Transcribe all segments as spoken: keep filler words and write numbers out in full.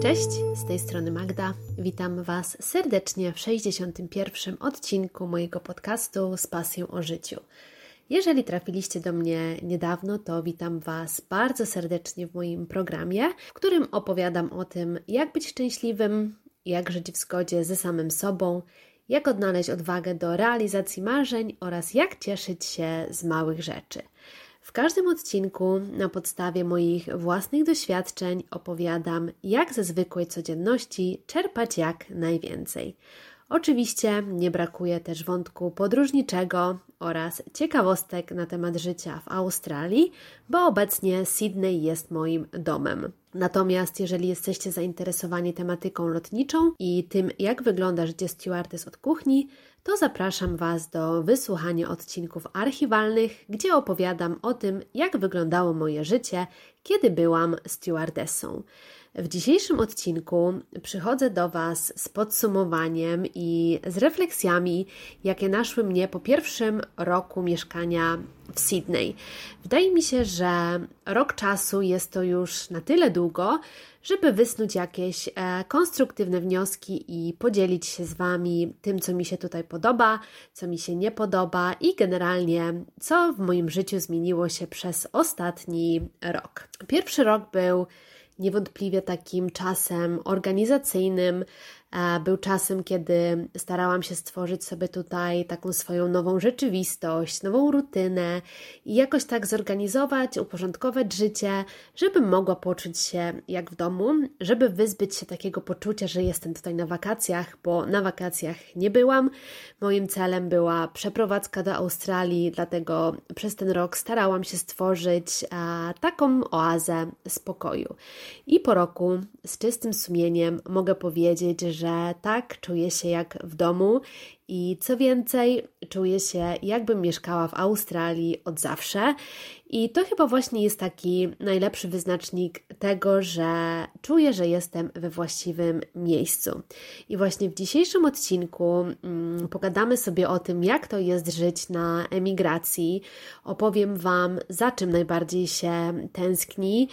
Cześć, z tej strony Magda. Witam Was serdecznie w sześćdziesiątym pierwszym odcinku mojego podcastu z pasją o życiu. Jeżeli trafiliście do mnie niedawno, to witam Was bardzo serdecznie w moim programie, w którym opowiadam o tym, jak być szczęśliwym, jak żyć w zgodzie ze samym sobą, jak odnaleźć odwagę do realizacji marzeń oraz jak cieszyć się z małych rzeczy. W każdym odcinku na podstawie moich własnych doświadczeń opowiadam, jak ze zwykłej codzienności czerpać jak najwięcej. Oczywiście nie brakuje też wątku podróżniczego oraz ciekawostek na temat życia w Australii, bo obecnie Sydney jest moim domem. Natomiast jeżeli jesteście zainteresowani tematyką lotniczą i tym, jak wygląda życie stewardess od kuchni, to zapraszam Was do wysłuchania odcinków archiwalnych, gdzie opowiadam o tym, jak wyglądało moje życie, kiedy byłam stewardessą. W dzisiejszym odcinku przychodzę do Was z podsumowaniem i z refleksjami, jakie naszły mnie po pierwszym roku mieszkania w Sydney. Wydaje mi się, że rok czasu jest to już na tyle długo, żeby wysnuć jakieś e, konstruktywne wnioski i podzielić się z Wami tym, co mi się tutaj podoba, co mi się nie podoba i generalnie, co w moim życiu zmieniło się przez ostatni rok. Pierwszy rok był niewątpliwie takim czasem organizacyjnym, był czasem, kiedy starałam się stworzyć sobie tutaj taką swoją nową rzeczywistość, nową rutynę i jakoś tak zorganizować, uporządkować życie, żebym mogła poczuć się jak w domu, żeby wyzbyć się takiego poczucia, że jestem tutaj na wakacjach, bo na wakacjach nie byłam. Moim celem była przeprowadzka do Australii, dlatego przez ten rok starałam się stworzyć a, taką oazę spokoju. I po roku z czystym sumieniem mogę powiedzieć, że że tak, czuję się jak w domu i co więcej, czuję się jakbym mieszkała w Australii od zawsze i to chyba właśnie jest taki najlepszy wyznacznik tego, że czuję, że jestem we właściwym miejscu. I właśnie w dzisiejszym odcinku mm, pogadamy sobie o tym, jak to jest żyć na emigracji. Opowiem Wam, za czym najbardziej się tęskni,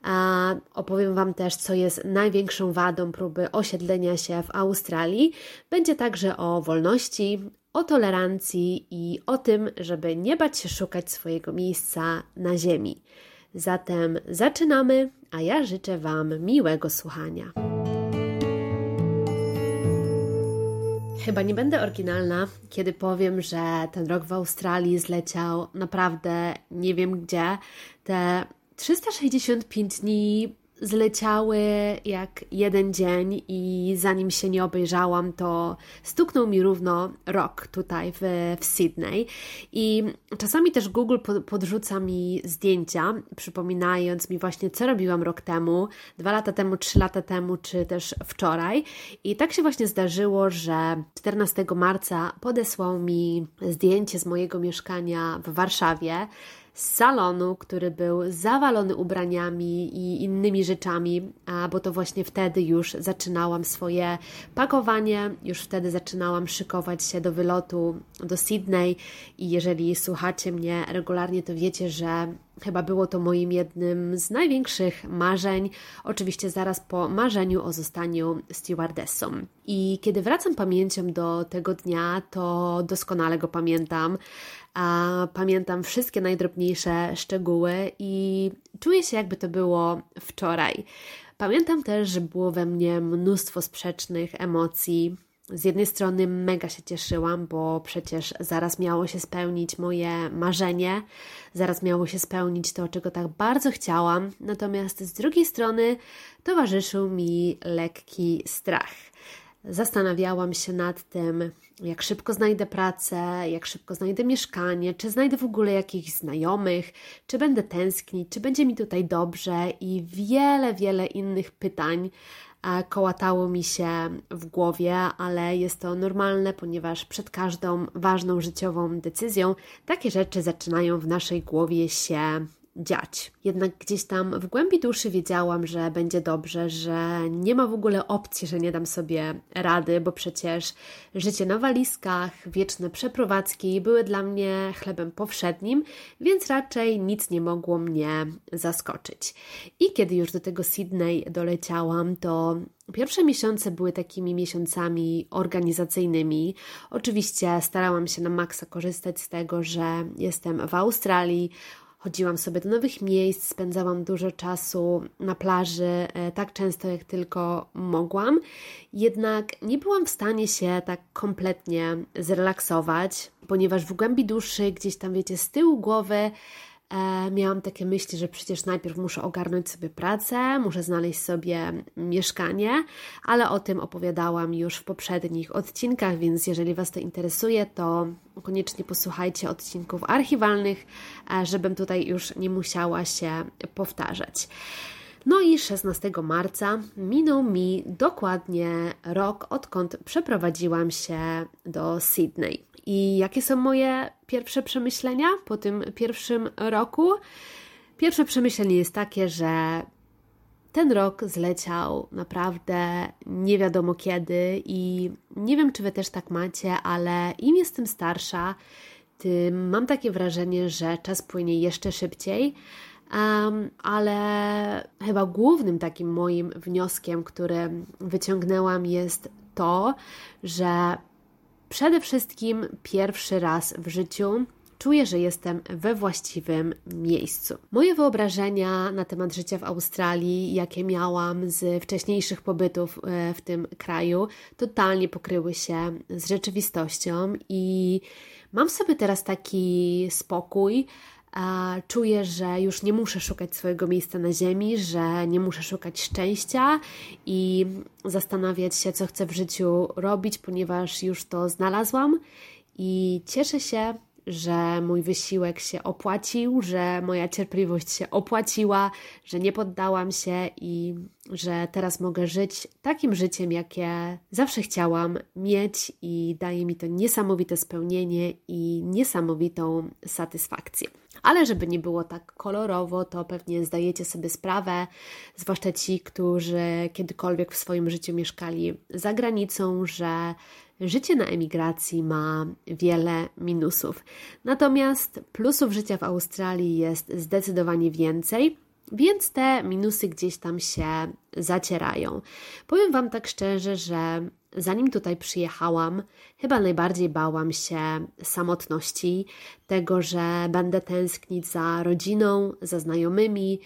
a opowiem Wam też, co jest największą wadą próby osiedlenia się w Australii. Będzie także o wolności, o tolerancji i o tym, żeby nie bać się szukać swojego miejsca na ziemi. Zatem zaczynamy, a ja życzę Wam miłego słuchania. Chyba nie będę oryginalna, kiedy powiem, że ten rok w Australii zleciał naprawdę nie wiem gdzie. Te trzysta sześćdziesiąt pięć dni zleciały jak jeden dzień i zanim się nie obejrzałam, to stuknął mi równo rok tutaj w, w Sydney i czasami też Google podrzuca mi zdjęcia, przypominając mi właśnie, co robiłam rok temu, dwa lata temu, trzy lata temu, czy też wczoraj i tak się właśnie zdarzyło, że czternastego marca podesłał mi zdjęcie z mojego mieszkania w Warszawie, z salonu, który był zawalony ubraniami i innymi rzeczami, a bo to właśnie wtedy już zaczynałam swoje pakowanie, już wtedy zaczynałam szykować się do wylotu do Sydney i jeżeli słuchacie mnie regularnie, to wiecie, że chyba było to moim jednym z największych marzeń, oczywiście zaraz po marzeniu o zostaniu stewardessą. I kiedy wracam pamięcią do tego dnia, to doskonale go pamiętam, a pamiętam wszystkie najdrobniejsze szczegóły i czuję się, jakby to było wczoraj. Pamiętam też, że było we mnie mnóstwo sprzecznych emocji. Z jednej strony mega się cieszyłam, bo przecież zaraz miało się spełnić moje marzenie, zaraz miało się spełnić to, czego tak bardzo chciałam, natomiast z drugiej strony towarzyszył mi lekki strach. Zastanawiałam się nad tym, jak szybko znajdę pracę, jak szybko znajdę mieszkanie, czy znajdę w ogóle jakichś znajomych, czy będę tęsknić, czy będzie mi tutaj dobrze i wiele, wiele innych pytań kołatało mi się w głowie, ale jest to normalne, ponieważ przed każdą ważną życiową decyzją takie rzeczy zaczynają w naszej głowie się dziać. Jednak gdzieś tam w głębi duszy wiedziałam, że będzie dobrze, że nie ma w ogóle opcji, że nie dam sobie rady, bo przecież życie na walizkach, wieczne przeprowadzki były dla mnie chlebem powszednim, więc raczej nic nie mogło mnie zaskoczyć. I kiedy już do tego Sydney doleciałam, to pierwsze miesiące były takimi miesiącami organizacyjnymi. Oczywiście starałam się na maksa korzystać z tego, że jestem w Australii. Chodziłam sobie do nowych miejsc, spędzałam dużo czasu na plaży, tak często jak tylko mogłam. Jednak nie byłam w stanie się tak kompletnie zrelaksować, ponieważ w głębi duszy, gdzieś tam wiecie, z tyłu głowy E, miałam takie myśli, że przecież najpierw muszę ogarnąć sobie pracę, muszę znaleźć sobie mieszkanie, ale o tym opowiadałam już w poprzednich odcinkach, więc jeżeli Was to interesuje, to koniecznie posłuchajcie odcinków archiwalnych, e, żebym tutaj już nie musiała się powtarzać. No i szesnastego marca minął mi dokładnie rok, odkąd przeprowadziłam się do Sydney. I jakie są moje pierwsze przemyślenia po tym pierwszym roku? Pierwsze przemyślenie jest takie, że ten rok zleciał naprawdę nie wiadomo kiedy i nie wiem, czy Wy też tak macie, ale im jestem starsza, tym mam takie wrażenie, że czas płynie jeszcze szybciej. Um, ale chyba głównym takim moim wnioskiem, który wyciągnęłam, jest to, że przede wszystkim pierwszy raz w życiu czuję, że jestem we właściwym miejscu. Moje wyobrażenia na temat życia w Australii, jakie miałam z wcześniejszych pobytów w tym kraju, totalnie pokryły się z rzeczywistością i mam sobie teraz taki spokój. Czuję, że już nie muszę szukać swojego miejsca na ziemi, że nie muszę szukać szczęścia i zastanawiać się, co chcę w życiu robić, ponieważ już to znalazłam i cieszę się, że mój wysiłek się opłacił, że moja cierpliwość się opłaciła, że nie poddałam się i że teraz mogę żyć takim życiem, jakie zawsze chciałam mieć i daje mi to niesamowite spełnienie i niesamowitą satysfakcję. Ale żeby nie było tak kolorowo, to pewnie zdajecie sobie sprawę, zwłaszcza ci, którzy kiedykolwiek w swoim życiu mieszkali za granicą, że życie na emigracji ma wiele minusów. Natomiast plusów życia w Australii jest zdecydowanie więcej, więc te minusy gdzieś tam się zacierają. Powiem Wam tak szczerze, że zanim tutaj przyjechałam, chyba najbardziej bałam się samotności, tego, że będę tęsknić za rodziną, za znajomymi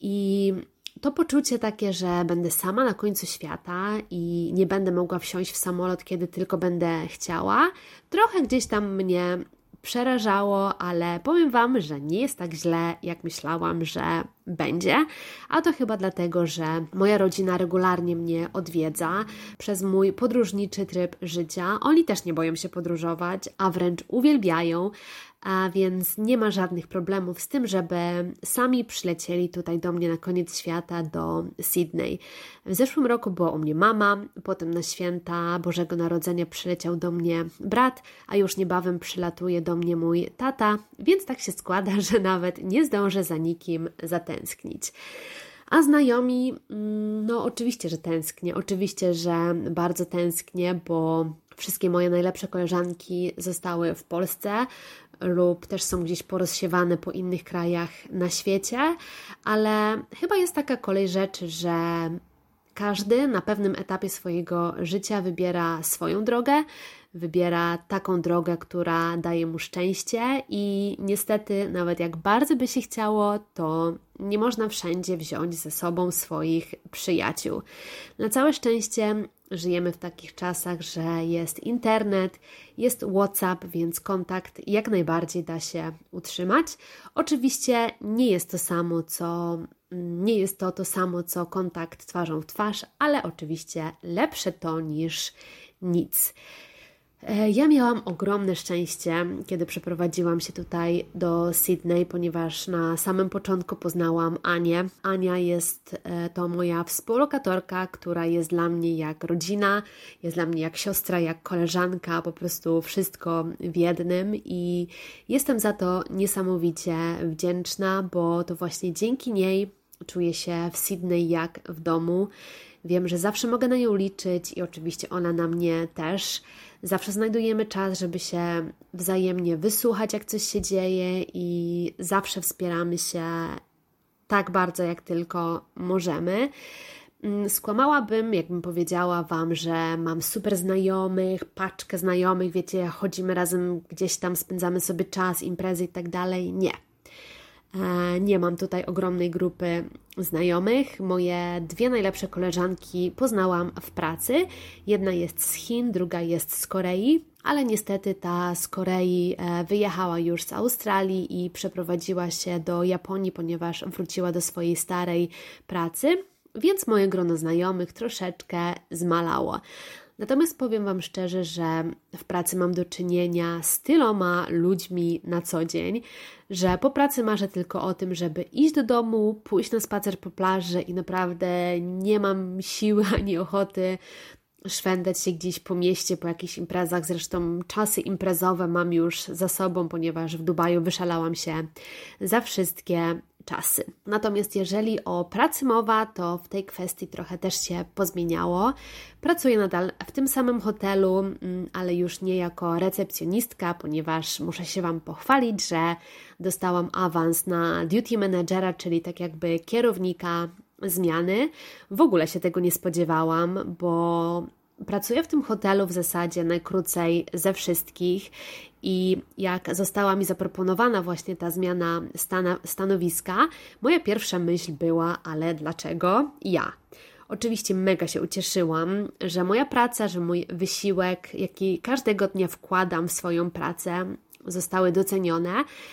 i to poczucie takie, że będę sama na końcu świata i nie będę mogła wsiąść w samolot, kiedy tylko będę chciała, trochę gdzieś tam mnie przerażało, ale powiem Wam, że nie jest tak źle, jak myślałam, że będzie, a to chyba dlatego, że moja rodzina regularnie mnie odwiedza przez mój podróżniczy tryb życia. Oni też nie boją się podróżować, a wręcz uwielbiają, a więc nie ma żadnych problemów z tym, żeby sami przylecieli tutaj do mnie na koniec świata, do Sydney. W zeszłym roku była u mnie mama, potem na święta Bożego Narodzenia przyleciał do mnie brat, a już niebawem przylatuje do mnie mój tata, więc tak się składa, że nawet nie zdążę za nikim zatęsknić. A znajomi, no oczywiście, że tęsknię, oczywiście, że bardzo tęsknię, bo wszystkie moje najlepsze koleżanki zostały w Polsce lub też są gdzieś porozsiewane po innych krajach na świecie, ale chyba jest taka kolej rzeczy, że każdy na pewnym etapie swojego życia wybiera swoją drogę, wybiera taką drogę, która daje mu szczęście i niestety nawet jak bardzo by się chciało, to nie można wszędzie wziąć ze sobą swoich przyjaciół. Na całe szczęście żyjemy w takich czasach, że jest internet, jest WhatsApp, więc kontakt jak najbardziej da się utrzymać. Oczywiście nie jest to samo, co nie jest to to samo, co kontakt twarzą w twarz, ale oczywiście lepsze to niż nic. Ja miałam ogromne szczęście, kiedy przeprowadziłam się tutaj do Sydney, ponieważ na samym początku poznałam Anię. Ania jest to moja współlokatorka, która jest dla mnie jak rodzina, jest dla mnie jak siostra, jak koleżanka, po prostu wszystko w jednym i jestem za to niesamowicie wdzięczna, bo to właśnie dzięki niej czuję się w Sydney jak w domu. Wiem, że zawsze mogę na nią liczyć i oczywiście ona na mnie też. Zawsze znajdujemy czas, żeby się wzajemnie wysłuchać, jak coś się dzieje i zawsze wspieramy się tak bardzo, jak tylko możemy. Skłamałabym, jakbym powiedziała Wam, że mam super znajomych, paczkę znajomych, wiecie, chodzimy razem gdzieś tam, spędzamy sobie czas, imprezy i tak dalej. Nie. Nie mam tutaj ogromnej grupy znajomych. Moje dwie najlepsze koleżanki poznałam w pracy. Jedna jest z Chin, druga jest z Korei, ale niestety ta z Korei wyjechała już z Australii i przeprowadziła się do Japonii, ponieważ wróciła do swojej starej pracy, więc moje grono znajomych troszeczkę zmalało. Natomiast powiem Wam szczerze, że w pracy mam do czynienia z tyloma ludźmi na co dzień, że po pracy marzę tylko o tym, żeby iść do domu, pójść na spacer po plaży i naprawdę nie mam siły ani ochoty szwendać się gdzieś po mieście, po jakichś imprezach. Zresztą czasy imprezowe mam już za sobą, ponieważ w Dubaju wyszalałam się za wszystkie czasy. Natomiast jeżeli o pracy mowa, to w tej kwestii trochę też się pozmieniało. Pracuję nadal w tym samym hotelu, ale już nie jako recepcjonistka, ponieważ muszę się Wam pochwalić, że dostałam awans na duty managera, czyli tak jakby kierownika zmiany. W ogóle się tego nie spodziewałam, bo pracuję w tym hotelu w zasadzie najkrócej ze wszystkich i jak została mi zaproponowana właśnie ta zmiana stana, stanowiska, moja pierwsza myśl była, ale dlaczego ja? Oczywiście mega się ucieszyłam, że moja praca, że mój wysiłek, jaki każdego dnia wkładam w swoją pracę, zostały docenione,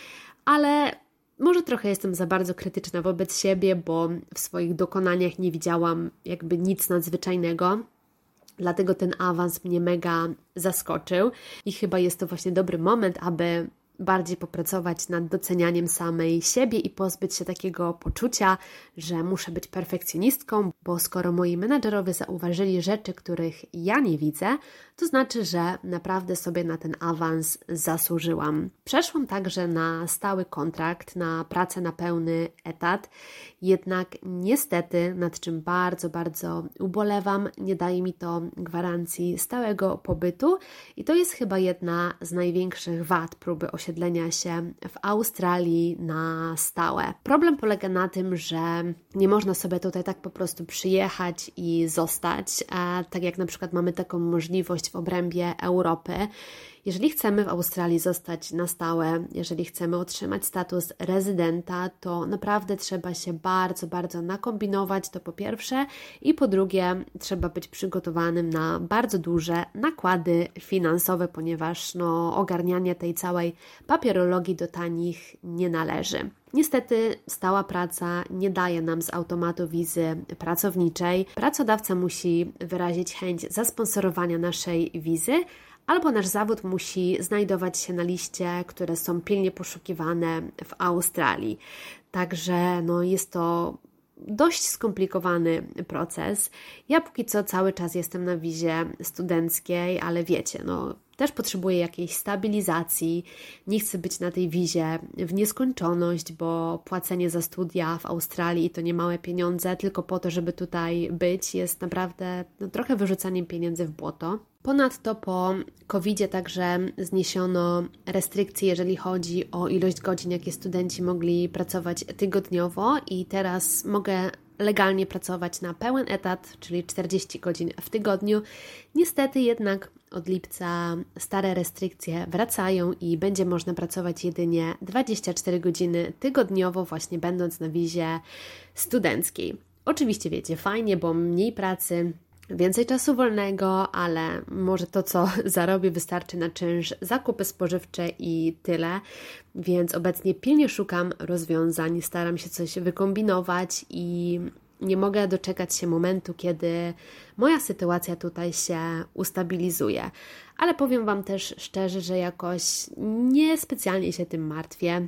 ale może trochę jestem za bardzo krytyczna wobec siebie, bo w swoich dokonaniach nie widziałam jakby nic nadzwyczajnego. Dlatego ten awans mnie mega zaskoczył i chyba jest to właśnie dobry moment, aby bardziej popracować nad docenianiem samej siebie i pozbyć się takiego poczucia, że muszę być perfekcjonistką, bo skoro moi menadżerowie zauważyli rzeczy, których ja nie widzę, to znaczy, że naprawdę sobie na ten awans zasłużyłam. Przeszłam także na stały kontrakt, na pracę na pełny etat, jednak niestety, nad czym bardzo, bardzo ubolewam, nie daje mi to gwarancji stałego pobytu i to jest chyba jedna z największych wad próby osiedlenia się w Australii na stałe. Problem polega na tym, że nie można sobie tutaj tak po prostu przyjechać i zostać, a tak jak na przykład mamy taką możliwość w obrębie Europy. Jeżeli chcemy w Australii zostać na stałe, jeżeli chcemy otrzymać status rezydenta, to naprawdę trzeba się bardzo, bardzo nakombinować, to po pierwsze, i po drugie trzeba być przygotowanym na bardzo duże nakłady finansowe, ponieważ no, ogarnianie tej całej papierologii do tanich nie należy. Niestety stała praca nie daje nam z automatu wizy pracowniczej. Pracodawca musi wyrazić chęć zasponsorowania naszej wizy, albo nasz zawód musi znajdować się na liście, które są pilnie poszukiwane w Australii. Także no, jest to dość skomplikowany proces. Ja póki co cały czas jestem na wizie studenckiej, ale wiecie, no też potrzebuję jakiejś stabilizacji, nie chcę być na tej wizie w nieskończoność, bo płacenie za studia w Australii to nie małe pieniądze, tylko po to, żeby tutaj być, jest naprawdę no, trochę wyrzucaniem pieniędzy w błoto. Ponadto po kowidzie także zniesiono restrykcje, jeżeli chodzi o ilość godzin, jakie studenci mogli pracować tygodniowo i teraz mogę legalnie pracować na pełen etat, czyli czterdzieści godzin w tygodniu. Niestety jednak od lipca stare restrykcje wracają i będzie można pracować jedynie dwadzieścia cztery godziny tygodniowo, właśnie będąc na wizie studenckiej. Oczywiście wiecie, fajnie, bo mniej pracy, więcej czasu wolnego, ale może to, co zarobię, wystarczy na czynsz, zakupy spożywcze i tyle, więc obecnie pilnie szukam rozwiązań, staram się coś wykombinować i nie mogę doczekać się momentu, kiedy moja sytuacja tutaj się ustabilizuje. Ale powiem Wam też szczerze, że jakoś niespecjalnie się tym martwię,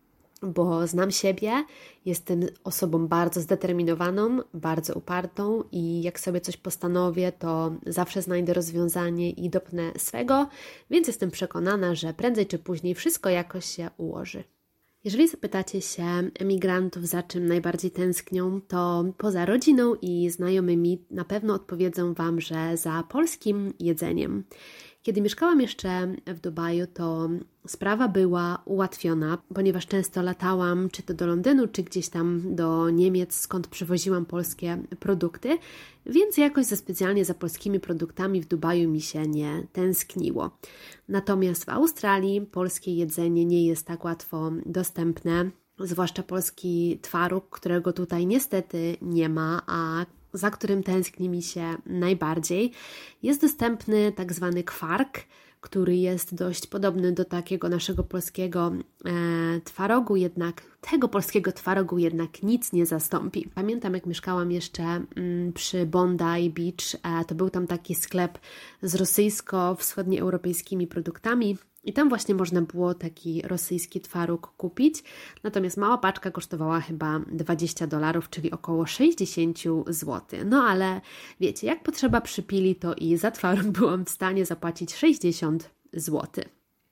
bo znam siebie, jestem osobą bardzo zdeterminowaną, bardzo upartą i jak sobie coś postanowię, to zawsze znajdę rozwiązanie i dopnę swego, więc jestem przekonana, że prędzej czy później wszystko jakoś się ułoży. Jeżeli zapytacie się emigrantów, za czym najbardziej tęsknią, to poza rodziną i znajomymi na pewno odpowiedzą Wam, że za polskim jedzeniem. Kiedy mieszkałam jeszcze w Dubaju, to sprawa była ułatwiona, ponieważ często latałam czy to do Londynu, czy gdzieś tam do Niemiec, skąd przywoziłam polskie produkty, więc jakoś za specjalnie za polskimi produktami w Dubaju mi się nie tęskniło. Natomiast w Australii polskie jedzenie nie jest tak łatwo dostępne, zwłaszcza polski twaróg, którego tutaj niestety nie ma, a za którym tęskni mi się najbardziej. Jest dostępny tak zwany kwark, który jest dość podobny do takiego naszego polskiego e, twarogu, jednak tego polskiego twarogu jednak nic nie zastąpi. Pamiętam, jak mieszkałam jeszcze mm, przy Bondi Beach, e, to był tam taki sklep z rosyjsko-wschodnioeuropejskimi produktami i tam właśnie można było taki rosyjski twaróg kupić, natomiast mała paczka kosztowała chyba dwadzieścia dolarów, czyli około sześćdziesiąt złotych. No ale wiecie, jak potrzeba przypili, to i za twaróg byłam w stanie zapłacić sześćdziesiąt złotych.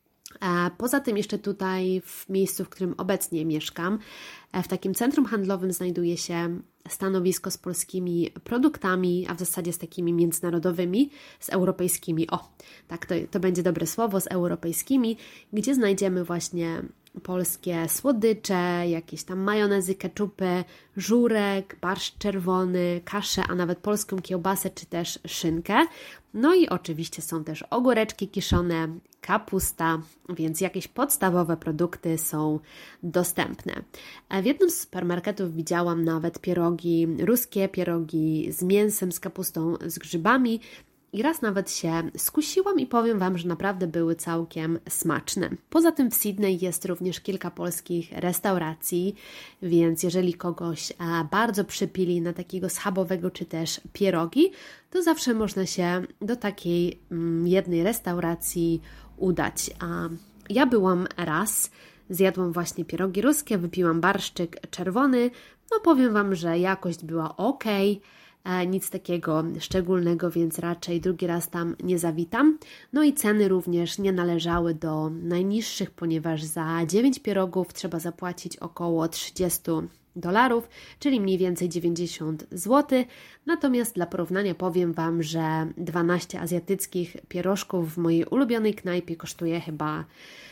Poza tym jeszcze tutaj w miejscu, w którym obecnie mieszkam, w takim centrum handlowym znajduje się stanowisko z polskimi produktami, a w zasadzie z takimi międzynarodowymi, z europejskimi, o, tak, to, to będzie dobre słowo, z europejskimi, gdzie znajdziemy właśnie polskie słodycze, jakieś tam majonezy, keczupy, żurek, barszcz czerwony, kaszę, a nawet polską kiełbasę czy też szynkę. No i oczywiście są też ogóreczki kiszone, kapusta, więc jakieś podstawowe produkty są dostępne. W jednym z supermarketów widziałam nawet pierogi ruskie, pierogi z mięsem, z kapustą, z grzybami. I raz nawet się skusiłam i powiem Wam, że naprawdę były całkiem smaczne. Poza tym w Sydney jest również kilka polskich restauracji, więc jeżeli kogoś bardzo przypili na takiego schabowego czy też pierogi, to zawsze można się do takiej jednej restauracji udać. A ja byłam raz, zjadłam właśnie pierogi ruskie, wypiłam barszczyk czerwony, no powiem Wam, że jakość była ok. Nic takiego szczególnego, więc raczej drugi raz tam nie zawitam. No i ceny również nie należały do najniższych, ponieważ za dziewięć pierogów trzeba zapłacić około trzydzieści dolarów, czyli mniej więcej dziewięćdziesiąt złotych. Natomiast dla porównania powiem Wam, że dwanaście azjatyckich pierożków w mojej ulubionej knajpie kosztuje chyba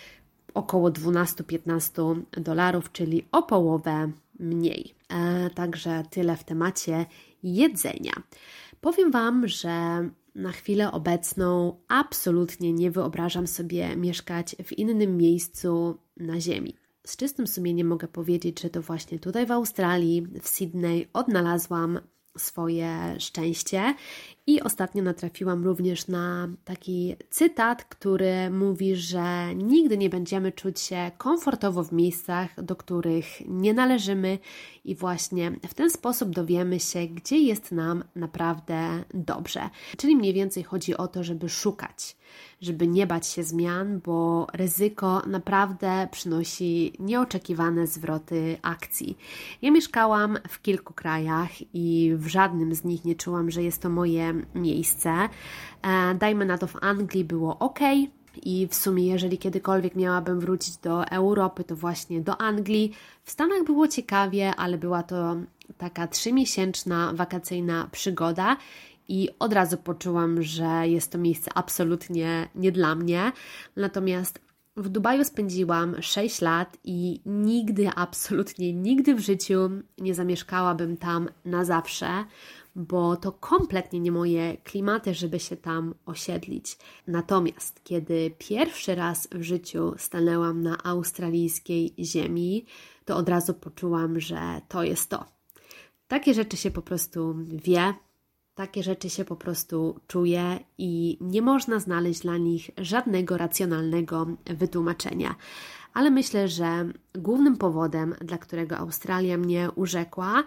około dwanaście do piętnastu dolarów, czyli o połowę mniej. E, także tyle w temacie jedzenia. Powiem Wam, że na chwilę obecną absolutnie nie wyobrażam sobie mieszkać w innym miejscu na ziemi. Z czystym sumieniem mogę powiedzieć, że to właśnie tutaj w Australii, w Sydney odnalazłam swoje szczęście i ostatnio natrafiłam również na taki cytat, który mówi, że nigdy nie będziemy czuć się komfortowo w miejscach, do których nie należymy i właśnie w ten sposób dowiemy się, gdzie jest nam naprawdę dobrze. Czyli mniej więcej chodzi o to, żeby szukać, żeby nie bać się zmian, bo ryzyko naprawdę przynosi nieoczekiwane zwroty akcji. Ja mieszkałam w kilku krajach i w żadnym z nich nie czułam, że jest to moje miejsce. Dajmy na to, w Anglii było ok. I w sumie, jeżeli kiedykolwiek miałabym wrócić do Europy, to właśnie do Anglii. W Stanach było ciekawie, ale była to taka trzymiesięczna wakacyjna przygoda i od razu poczułam, że jest to miejsce absolutnie nie dla mnie. Natomiast w Dubaju spędziłam sześć lat i nigdy, absolutnie nigdy w życiu nie zamieszkałabym tam na zawsze, bo to kompletnie nie moje klimaty, żeby się tam osiedlić. Natomiast kiedy pierwszy raz w życiu stanęłam na australijskiej ziemi, to od razu poczułam, że to jest to. Takie rzeczy się po prostu wie, takie rzeczy się po prostu czuje i nie można znaleźć dla nich żadnego racjonalnego wytłumaczenia. Ale myślę, że głównym powodem, dla którego Australia mnie urzekła,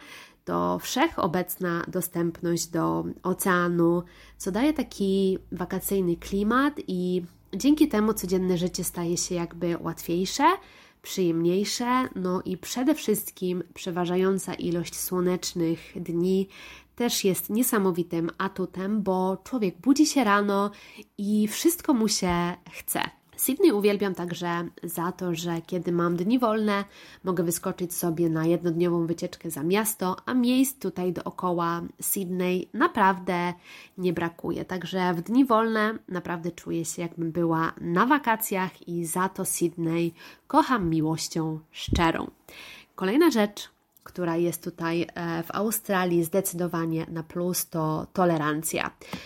to wszechobecna dostępność do oceanu, co daje taki wakacyjny klimat i dzięki temu codzienne życie staje się jakby łatwiejsze, przyjemniejsze, no i przede wszystkim przeważająca ilość słonecznych dni też jest niesamowitym atutem, bo człowiek budzi się rano i wszystko mu się chce. Sydney uwielbiam także za to, że kiedy mam dni wolne, mogę wyskoczyć sobie na jednodniową wycieczkę za miasto, a miejsc tutaj dookoła Sydney naprawdę nie brakuje. Także w dni wolne naprawdę czuję się, jakbym była na wakacjach i za to Sydney kocham miłością szczerą. Kolejna rzecz, która jest tutaj w Australii zdecydowanie na plus, to tolerancja.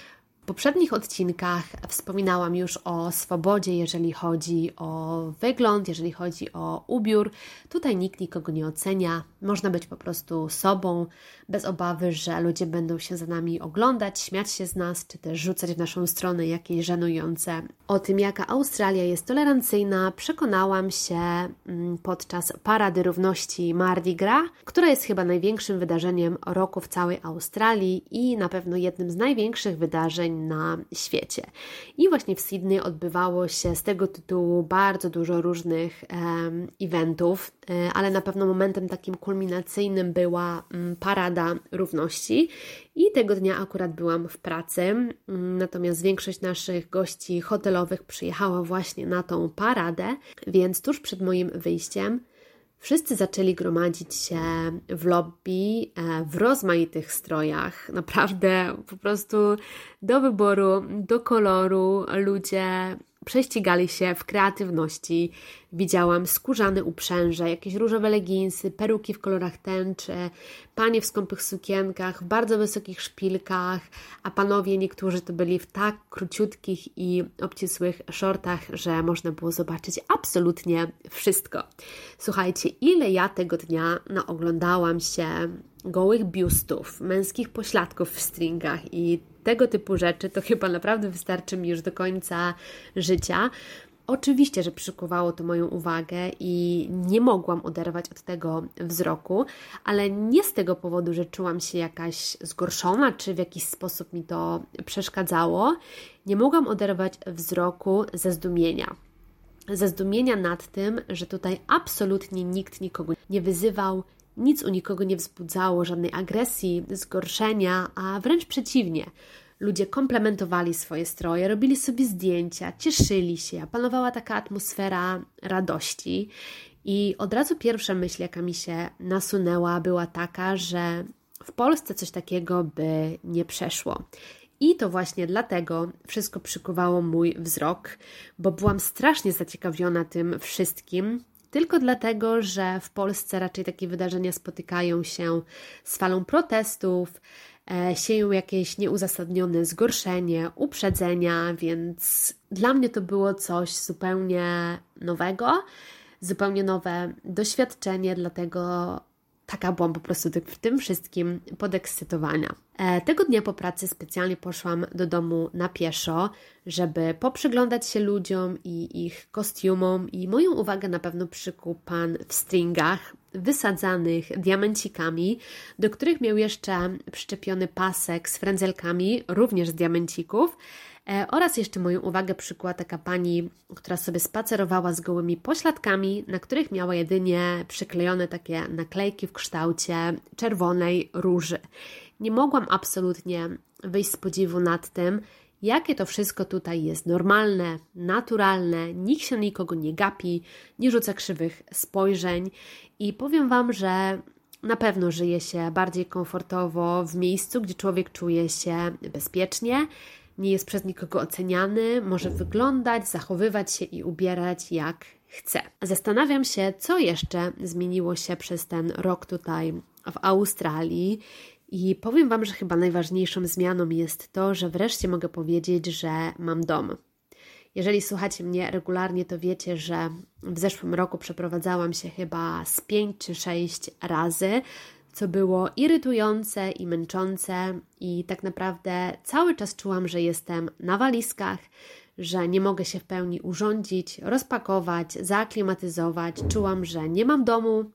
W poprzednich odcinkach wspominałam już o swobodzie, jeżeli chodzi o wygląd, jeżeli chodzi o ubiór. Tutaj nikt nikogo nie ocenia. Można być po prostu sobą, bez obawy, że ludzie będą się za nami oglądać, śmiać się z nas, czy też rzucać w naszą stronę jakieś żenujące. O tym, jaka Australia jest tolerancyjna, przekonałam się podczas Parady Równości Mardi Gras, która jest chyba największym wydarzeniem roku w całej Australii i na pewno jednym z największych wydarzeń na świecie. I właśnie w Sydney odbywało się z tego tytułu bardzo dużo różnych um, eventów, um, ale na pewno momentem takim kulminacyjnym była um, Parada Równości i tego dnia akurat byłam w pracy, um, natomiast większość naszych gości hotelowych przyjechała właśnie na tą paradę, więc tuż przed moim wyjściem wszyscy zaczęli gromadzić się w lobby w rozmaitych strojach. Naprawdę po prostu do wyboru, do koloru ludzie prześcigali się w kreatywności. Widziałam skórzane uprzęże, jakieś różowe leginsy, peruki w kolorach tęczy, panie w skąpych sukienkach, w bardzo wysokich szpilkach, a panowie niektórzy to byli w tak króciutkich i obcisłych shortach, że można było zobaczyć absolutnie wszystko. Słuchajcie, ile ja tego dnia naoglądałam się gołych biustów, męskich pośladków w stringach i tego typu rzeczy, to chyba naprawdę wystarczy mi już do końca życia. Oczywiście, że przykuwało to moją uwagę i nie mogłam oderwać od tego wzroku, ale nie z tego powodu, że czułam się jakaś zgorszona, czy w jakiś sposób mi to przeszkadzało. Nie mogłam oderwać wzroku ze zdumienia. Ze zdumienia nad tym, że tutaj absolutnie nikt nikogo nie wyzywał, nic u nikogo nie wzbudzało, żadnej agresji, zgorszenia, a wręcz przeciwnie. Ludzie komplementowali swoje stroje, robili sobie zdjęcia, cieszyli się, panowała taka atmosfera radości i od razu pierwsza myśl, jaka mi się nasunęła, była taka, że w Polsce coś takiego by nie przeszło. I to właśnie dlatego wszystko przykuwało mój wzrok, bo byłam strasznie zaciekawiona tym wszystkim, tylko dlatego, że w Polsce raczej takie wydarzenia spotykają się z falą protestów, e, sieją jakieś nieuzasadnione zgorszenie, uprzedzenia, więc dla mnie to było coś zupełnie nowego, zupełnie nowe doświadczenie, dlatego taka byłam po prostu w tym wszystkim podekscytowana. E, tego dnia po pracy specjalnie poszłam do domu na pieszo, żeby poprzyglądać się ludziom i ich kostiumom i moją uwagę na pewno przykuł pan w stringach wysadzanych diamencikami, do których miał jeszcze przyczepiony pasek z frędzelkami, również z diamencików. E, oraz jeszcze moją uwagę przykuła taka pani, która sobie spacerowała z gołymi pośladkami, na których miała jedynie przyklejone takie naklejki w kształcie czerwonej róży. Nie mogłam absolutnie wyjść z podziwu nad tym, jakie to wszystko tutaj jest normalne, naturalne, nikt się nikogo nie gapi, nie rzuca krzywych spojrzeń i powiem Wam, że na pewno żyje się bardziej komfortowo w miejscu, gdzie człowiek czuje się bezpiecznie, nie jest przez nikogo oceniany, może wyglądać, zachowywać się i ubierać jak chce. Zastanawiam się, co jeszcze zmieniło się przez ten rok tutaj w Australii i powiem Wam, że chyba najważniejszą zmianą jest to, że wreszcie mogę powiedzieć, że mam dom. Jeżeli słuchacie mnie regularnie, to wiecie, że w zeszłym roku przeprowadzałam się chyba z pięć czy sześć razy, co było irytujące i męczące i tak naprawdę cały czas czułam, że jestem na walizkach, że nie mogę się w pełni urządzić, rozpakować, zaaklimatyzować. Czułam, że nie mam domu,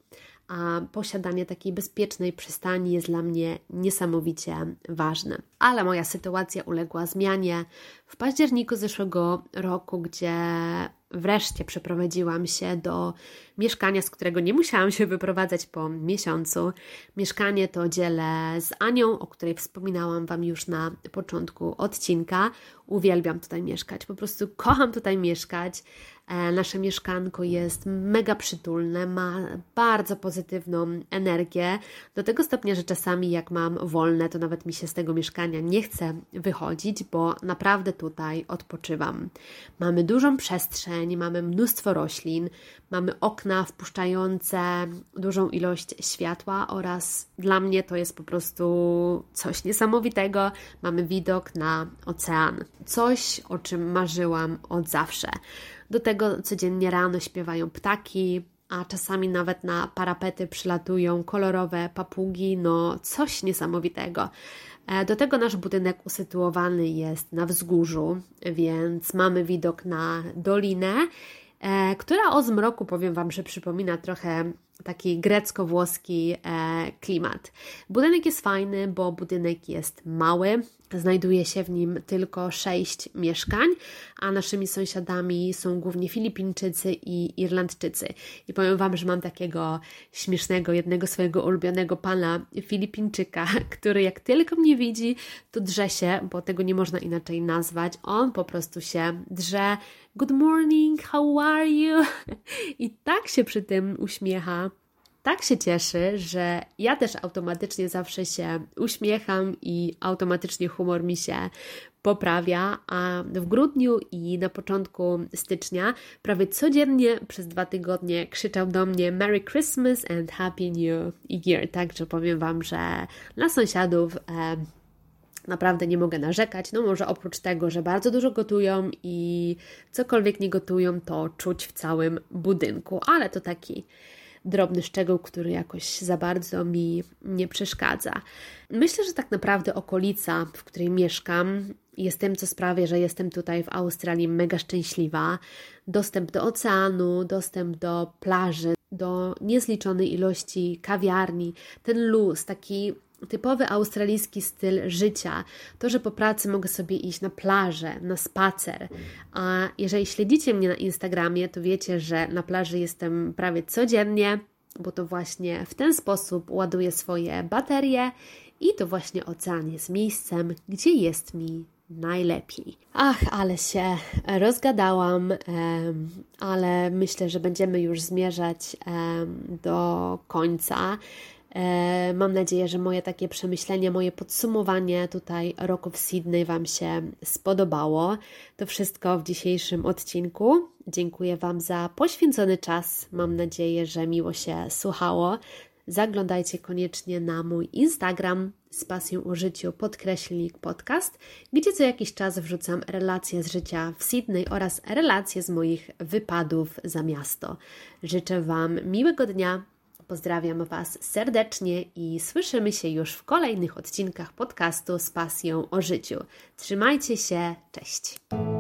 a posiadanie takiej bezpiecznej przystani jest dla mnie niesamowicie ważne. Ale moja sytuacja uległa zmianie w październiku zeszłego roku, gdzie wreszcie przeprowadziłam się do mieszkania, z którego nie musiałam się wyprowadzać po miesiącu. Mieszkanie to dzielę z Anią, o której wspominałam Wam już na początku odcinka. Uwielbiam tutaj mieszkać, po prostu kocham tutaj mieszkać. E, nasze mieszkanko jest mega przytulne, ma bardzo pozytywną energię, do tego stopnia, że czasami jak mam wolne, to nawet mi się z tego mieszkania nie chce wychodzić, bo naprawdę tutaj odpoczywam. Mamy dużą przestrzeń, mamy mnóstwo roślin, mamy okna wpuszczające dużą ilość światła oraz dla mnie to jest po prostu coś niesamowitego. Mamy widok na ocean. Coś, o czym marzyłam od zawsze. Do tego codziennie rano śpiewają ptaki, a czasami nawet na parapety przylatują kolorowe papugi, no coś niesamowitego. Do tego nasz budynek usytuowany jest na wzgórzu, więc mamy widok na dolinę, która o zmroku, powiem Wam, że przypomina trochę taki grecko-włoski klimat. Budynek jest fajny, bo budynek jest mały, znajduje się w nim tylko sześć mieszkań, a naszymi sąsiadami są głównie Filipińczycy i Irlandczycy. I powiem Wam, że mam takiego śmiesznego, jednego swojego ulubionego pana Filipińczyka, który jak tylko mnie widzi, to drze się, bo tego nie można inaczej nazwać. On po prostu się drze. Good morning, how are you? I tak się przy tym uśmiecha. Tak się cieszy, że ja też automatycznie zawsze się uśmiecham i automatycznie humor mi się poprawia, a w grudniu i na początku stycznia prawie codziennie przez dwa tygodnie krzyczał do mnie Merry Christmas and Happy New Year. Także powiem Wam, że na sąsiadów e, naprawdę nie mogę narzekać, no może oprócz tego, że bardzo dużo gotują i cokolwiek nie gotują, to czuć w całym budynku, ale to taki drobny szczegół, który jakoś za bardzo mi nie przeszkadza. Myślę, że tak naprawdę okolica, w której mieszkam, jest tym, co sprawia, że jestem tutaj w Australii mega szczęśliwa. Dostęp do oceanu, dostęp do plaży, do niezliczonej ilości kawiarni, ten luz, taki typowy australijski styl życia, to, że po pracy mogę sobie iść na plażę, na spacer, a jeżeli śledzicie mnie na Instagramie, to wiecie, że na plaży jestem prawie codziennie, bo to właśnie w ten sposób ładuję swoje baterie i to właśnie ocean jest miejscem, gdzie jest mi najlepiej. Ach, ale się rozgadałam, ale myślę, że będziemy już zmierzać do końca. Mam nadzieję, że moje takie przemyślenie, moje podsumowanie tutaj roku w Sydney Wam się spodobało. To wszystko w dzisiejszym odcinku. Dziękuję Wam za poświęcony czas. Mam nadzieję, że miło się słuchało. Zaglądajcie koniecznie na mój Instagram z pasją o życiu podkreślnik podcast, gdzie co jakiś czas wrzucam relacje z życia w Sydney oraz relacje z moich wypadów za miasto. Życzę Wam miłego dnia. Pozdrawiam Was serdecznie i słyszymy się już w kolejnych odcinkach podcastu z pasją o życiu. Trzymajcie się, cześć!